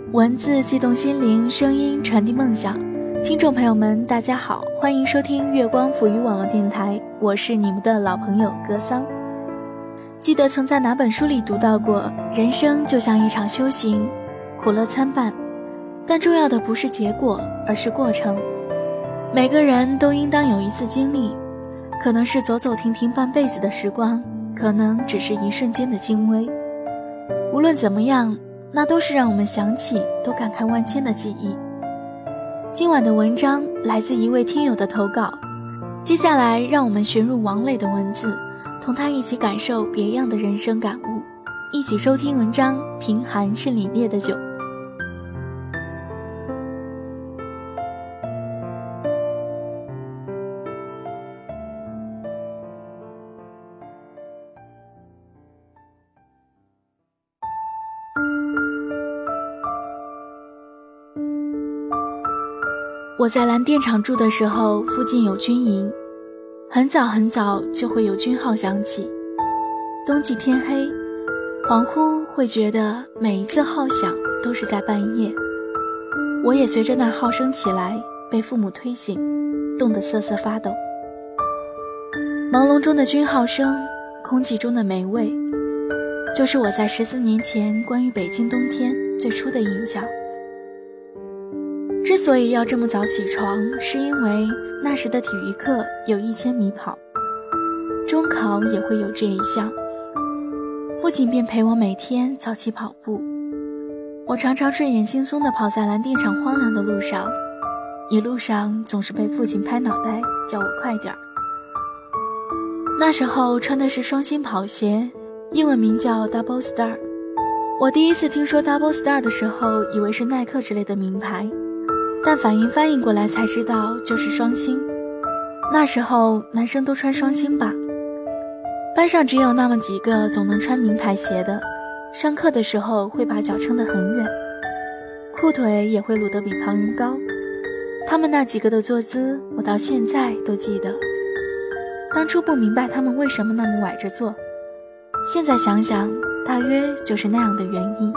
文字激动心灵，声音传递梦想。听众朋友们大家好，欢迎收听月光抚育网络电台，我是你们的老朋友格桑。记得曾在哪本书里读到过，人生就像一场修行，苦乐参半，但重要的不是结果，而是过程。每个人都应当有一次经历，可能是走走停停半辈子的时光，可能只是一瞬间的轻微。无论怎么样，那都是让我们想起都感慨万千的记忆。今晚的文章来自一位听友的投稿，接下来让我们旋入王磊的文字，同他一起感受别样的人生感悟。一起收听文章《贫寒是凛冽的酒》。我在蓝电厂住的时候，附近有军营，很早很早就会有军号响起。冬季天黑，恍惚会觉得每一次号响都是在半夜。我也随着那号声起来，被父母推醒，冻得瑟瑟发抖。朦胧中的军号声，空气中的霉味，就是我在14年前关于北京冬天最初的印象。之所以要这么早起床，是因为那时的体育课有1000米跑，中考也会有这一项，父亲便陪我每天早起跑步。我常常睡眼惺忪地跑在蓝电厂荒凉的路上，一路上总是被父亲拍脑袋叫我快点儿。那时候穿的是双星跑鞋，英文名叫 Double Star。 我第一次听说 Double Star 的时候，以为是耐克之类的名牌，但反应翻译过来才知道就是双星。那时候男生都穿双星吧，班上只有那么几个总能穿名牌鞋的，上课的时候会把脚撑得很远，裤腿也会撸得比旁人高。他们那几个的坐姿我到现在都记得，当初不明白他们为什么那么崴着坐，现在想想大约就是那样的原因。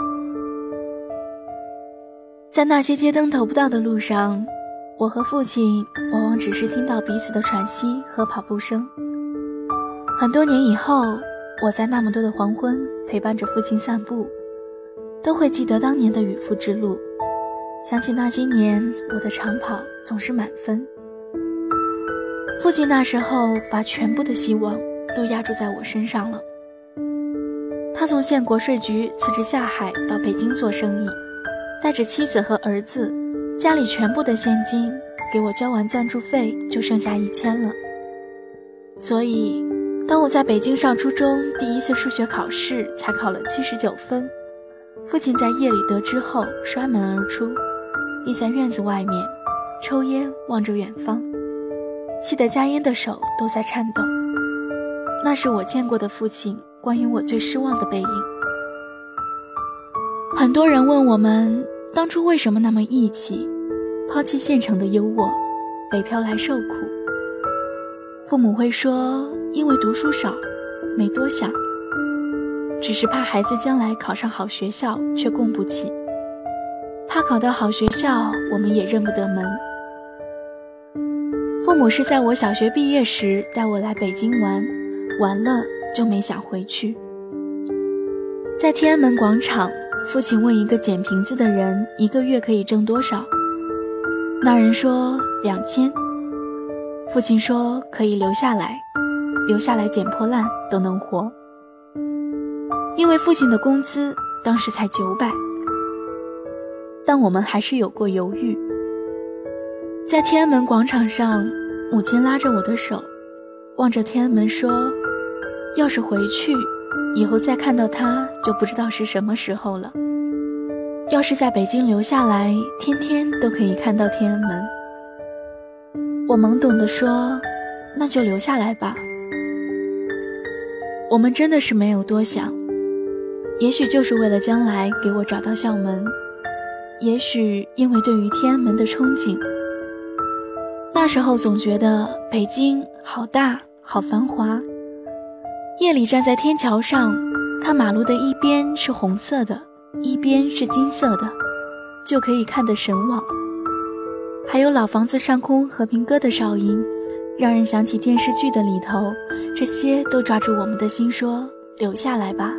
在那些街灯投不到的路上，我和父亲往往只是听到彼此的喘息和跑步声。很多年以后，我在那么多的黄昏陪伴着父亲散步，都会记得当年的与父之路，想起那些年我的长跑总是满分。父亲那时候把全部的希望都压注在我身上了。他从县国税局辞职下海到北京做生意，带着妻子和儿子，家里全部的现金给我交完赞助费就剩下1000了。所以当我在北京上初中第一次数学考试才考了79分，父亲在夜里得知后摔门而出，立在院子外面抽烟望着远方，气得夹烟的手都在颤抖。那是我见过的父亲关于我最失望的背影。很多人问我们当初为什么那么义气，抛弃县城的优渥，北漂来受苦。父母会说，因为读书少，没多想，只是怕孩子将来考上好学校却供不起，怕考到好学校我们也认不得门。父母是在我小学毕业时带我来北京玩，完了就没想回去。在天安门广场，父亲问一个捡瓶子的人1个月可以挣多少，那人说2000。父亲说可以留下来捡破烂都能活。因为父亲的工资当时才900，但我们还是有过犹豫。在天安门广场上，母亲拉着我的手，望着天安门说，要是回去以后再看到他就不知道是什么时候了。要是在北京留下来，天天都可以看到天安门。我懵懂地说，那就留下来吧。我们真的是没有多想，也许就是为了将来给我找到校门，也许因为对于天安门的憧憬。那时候总觉得北京好大好繁华，夜里站在天桥上，看马路的一边是红色的，一边是金色的， 就可以看得神往。还有老房子上空和平鸽的哨音，让人想起电视剧的里头，这些都抓住我们的心说留下来吧。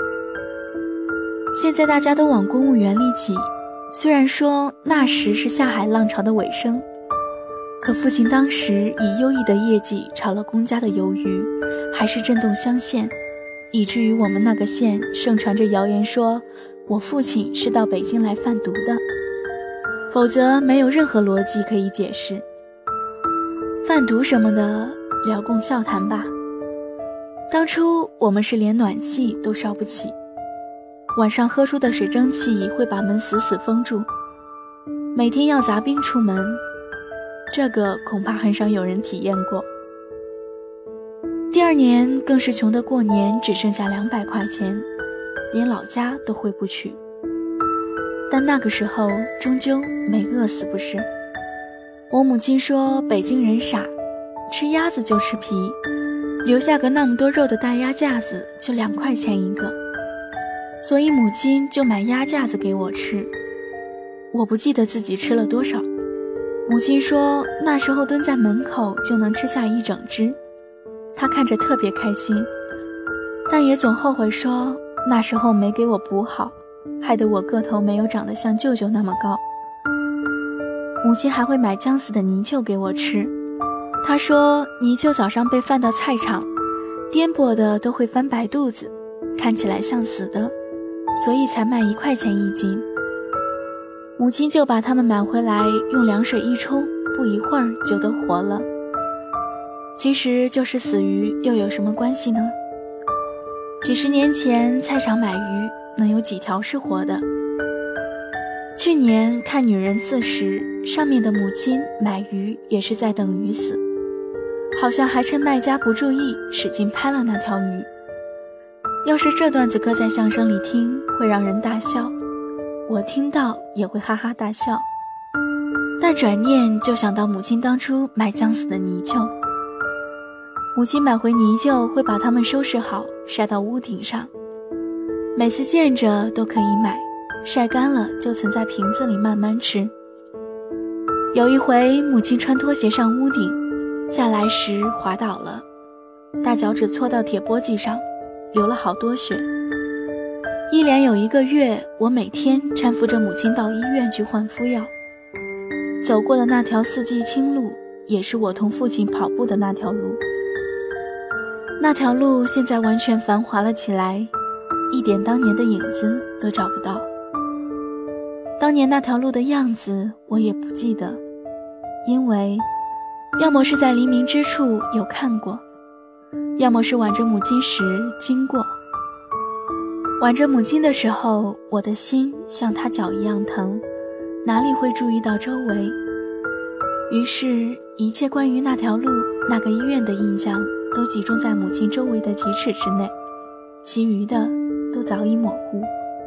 现在大家都往公务员里挤，虽然说那时是下海浪潮的尾声，可父亲当时以优异的业绩炒了公家的鱿鱼，还是震动乡县，以至于我们那个县盛传着谣言说我父亲是到北京来贩毒的，否则没有任何逻辑可以解释。贩毒什么的聊共笑谈吧。当初我们是连暖气都烧不起，晚上喝出的水蒸气会把门死死封住，每天要砸冰出门，这个恐怕很少有人体验过。第二年更是穷得过年只剩下200块钱，连老家都回不去。但那个时候终究没饿死，不是？我母亲说北京人傻，吃鸭子就吃皮，留下个那么多肉的大鸭架子就2块钱一个，所以母亲就买鸭架子给我吃。我不记得自己吃了多少，母亲说那时候蹲在门口就能吃下1整只，她看着特别开心，但也总后悔说那时候没给我补好，害得我个头没有长得像舅舅那么高。母亲还会买将死的泥鳅给我吃，她说泥鳅早上被放到菜场，颠簸的都会翻白肚子，看起来像死的，所以才卖1块钱1斤。母亲就把它们买回来，用凉水一冲，不一会儿就都活了。其实就是死鱼，又有什么关系呢？几十年前菜场买鱼，能有几条是活的？去年看《女人40》，上面的母亲买鱼也是在等鱼死，好像还趁卖家不注意使劲拍了那条鱼。要是这段子搁在相声里听，会让人大笑，我听到也会哈哈大笑，但转念就想到母亲当初买将死的泥鳅。母亲买回泥鳅会把它们收拾好，晒到屋顶上，每次见着都可以买，晒干了就存在瓶子里慢慢吃。有一回母亲穿拖鞋上屋顶，下来时滑倒了，大脚趾搓到铁簸箕上，流了好多血。一连有1个月，我每天搀扶着母亲到医院去换敷药。走过的那条4季青路，也是我同父亲跑步的那条路。那条路现在完全繁华了起来，一点当年的影子都找不到。当年那条路的样子我也不记得，因为要么是在黎明之处有看过，要么是挽着母亲时经过。挽着母亲的时候，我的心像她脚一样疼，哪里会注意到周围？于是一切关于那条路、那个医院的印象都集中在母亲周围的几尺之内，其余的都早已模糊。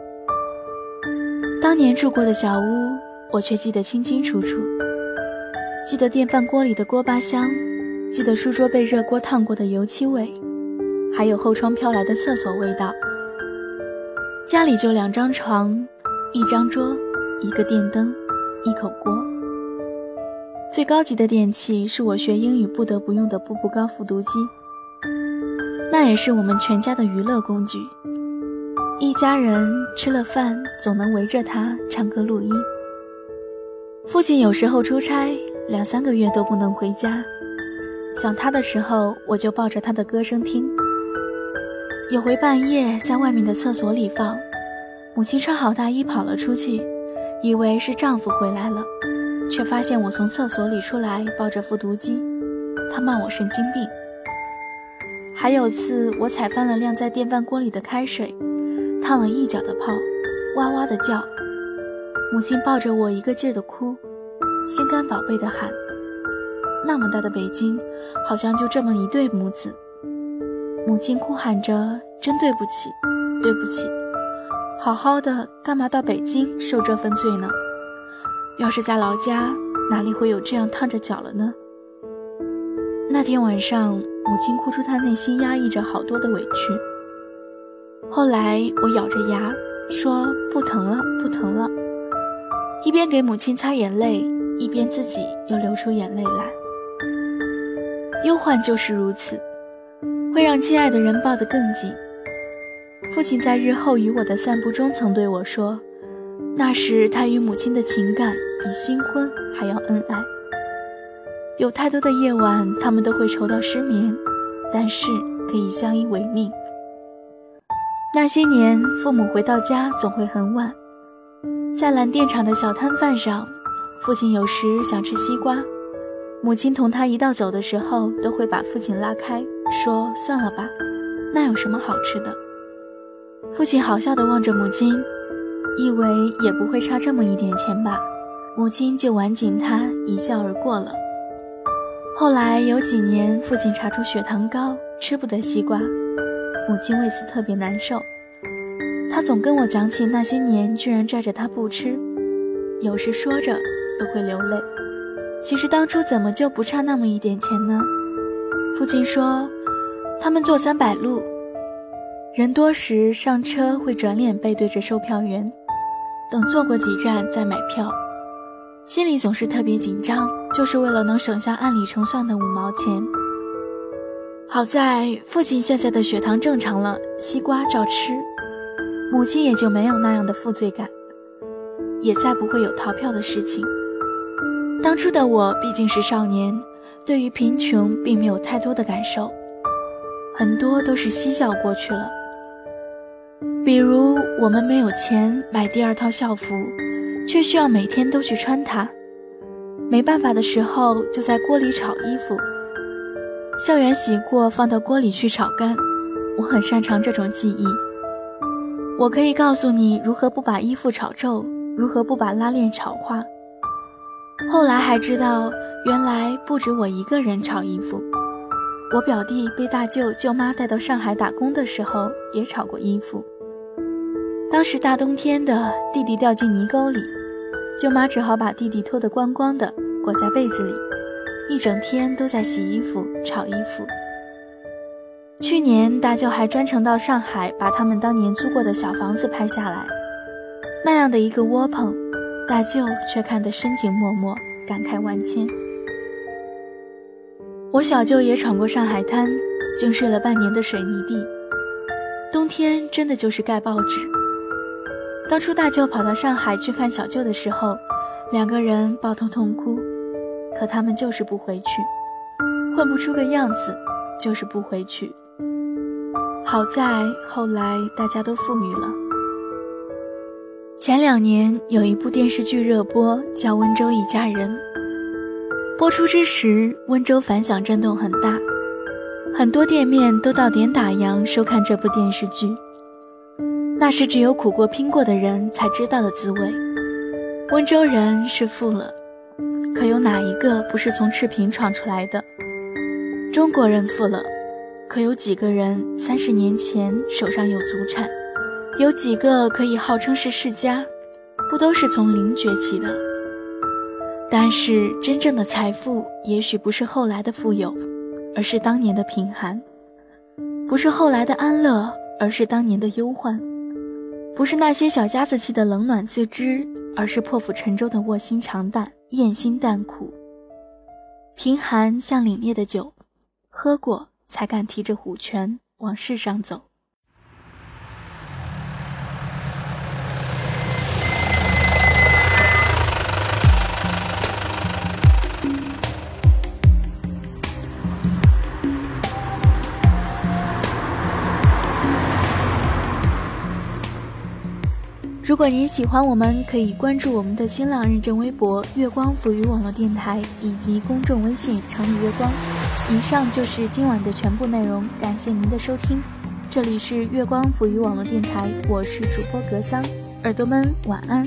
当年住过的小屋，我却记得清清楚楚，记得电饭锅里的锅巴香，记得书桌被热锅烫过的油漆味，还有后窗飘来的厕所味道。家里就2张床，1张桌，1个电灯，1口锅。最高级的电器是我学英语不得不用的步步高复读机，那也是我们全家的娱乐工具。一家人吃了饭总能围着它唱歌录音。父亲有时候出差2、3个月都不能回家，想他的时候我就抱着他的歌声听。有回半夜在外面的厕所里放，母亲穿好大衣跑了出去，以为是丈夫回来了，却发现我从厕所里出来抱着复读机，她骂我神经病。还有次我踩翻了晾在电饭锅里的开水，烫了一脚的泡，哇哇的叫，母亲抱着我一个劲儿的哭，心肝宝贝的喊。那么大的北京，好像就这么一对母子。母亲哭喊着，真对不起，对不起，好好的干嘛到北京受这份罪呢？要是在老家，哪里会有这样烫着脚了呢？那天晚上，母亲哭出她内心压抑着好多的委屈。后来我咬着牙说不疼了，不疼了。 一边给母亲擦眼泪，一边自己又流出眼泪来。忧患就是如此，会让亲爱的人抱得更紧。父亲在日后与我的散步中曾对我说，那时他与母亲的情感比新婚还要恩爱。有太多的夜晚，他们都会愁到失眠，但是可以相依为命。那些年，父母回到家总会很晚，在蓝靛厂的小摊贩上，父亲有时想吃西瓜，母亲同他一道走的时候，都会把父亲拉开，说算了吧，那有什么好吃的。父亲好笑地望着母亲，以为也不会差这么一点钱吧，母亲就挽紧他，一笑而过了。后来有几年，父亲查出血糖高，吃不得西瓜，母亲为此特别难受。他总跟我讲起那些年居然拽着他不吃，有时说着都会流泪。其实当初怎么就不差那么一点钱呢？父亲说，他们坐300路，人多时上车会转脸背对着售票员，等坐过几站再买票，心里总是特别紧张，就是为了能省下按里程算的5毛钱。好在父亲现在的血糖正常了，西瓜照吃，母亲也就没有那样的负罪感，也再不会有逃票的事情。当初的我毕竟是少年，对于贫穷并没有太多的感受，很多都是嬉笑过去了。比如我们没有钱买第2套校服，却需要每天都去穿它，没办法的时候就在锅里炒衣服，校园洗过放到锅里去炒干，我很擅长这种技艺。我可以告诉你如何不把衣服炒皱，如何不把拉链炒花。后来还知道，原来不止我一个人炒衣服，我表弟被大舅舅妈带到上海打工的时候也炒过衣服。当时大冬天的，弟弟掉进泥沟里，舅妈只好把弟弟脱得光光的，裹在被子里，一整天都在洗衣服炒衣服。去年大舅还专程到上海把他们当年租过的小房子拍下来，那样的一个窝棚，大舅却看得深情脉脉，感慨万千。我小舅也闯过上海滩，经睡了半年的水泥地，冬天真的就是盖报纸。当初大舅跑到上海去看小舅的时候，2个人抱头痛哭，可他们就是不回去，混不出个样子，就是不回去。好在后来大家都富裕了。前2年有一部电视剧热播，叫《温州一家人》。播出之时，温州反响震动很大，很多店面都到点打烊收看这部电视剧。那是只有苦过拼过的人才知道的滋味。温州人是富了，可有哪一个不是从赤贫闯出来的？中国人富了，可有几个人30年前手上有祖产？有几个可以号称是世家？不都是从零崛起的？但是真正的财富也许不是后来的富有，而是当年的贫寒；不是后来的安乐，而是当年的忧患；不是那些小家子气的冷暖自知，而是破釜沉舟的卧薪尝胆，咽辛淡苦。贫寒像凛冽的酒，喝过才敢提着虎拳往世上走。如果您喜欢我们，可以关注我们的新浪认证微博月光浮语网络电台以及公众微信城里月光。以上就是今晚的全部内容，感谢您的收听，这里是月光浮语网络电台，我是主播格桑，耳朵们晚安。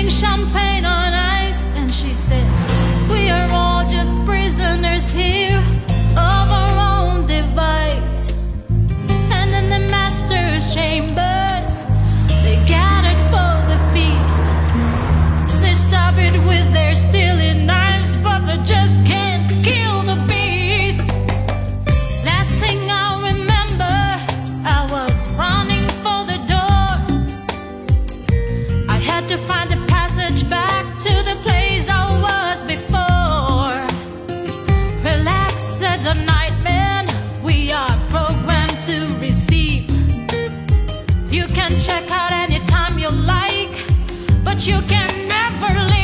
drinking champagne on ice, and she said, we are all just prisoners here of our own device. And in the master's chambers, they gathered for the feast. They stop it with their stealing knives, but they just can't kill the beast. Last thing I remember, I was running for the door. I had to find the passage back to the place I was before. Relax, said the nightman, we are programmed to receive. You can check out anytime you like, but you can never leave.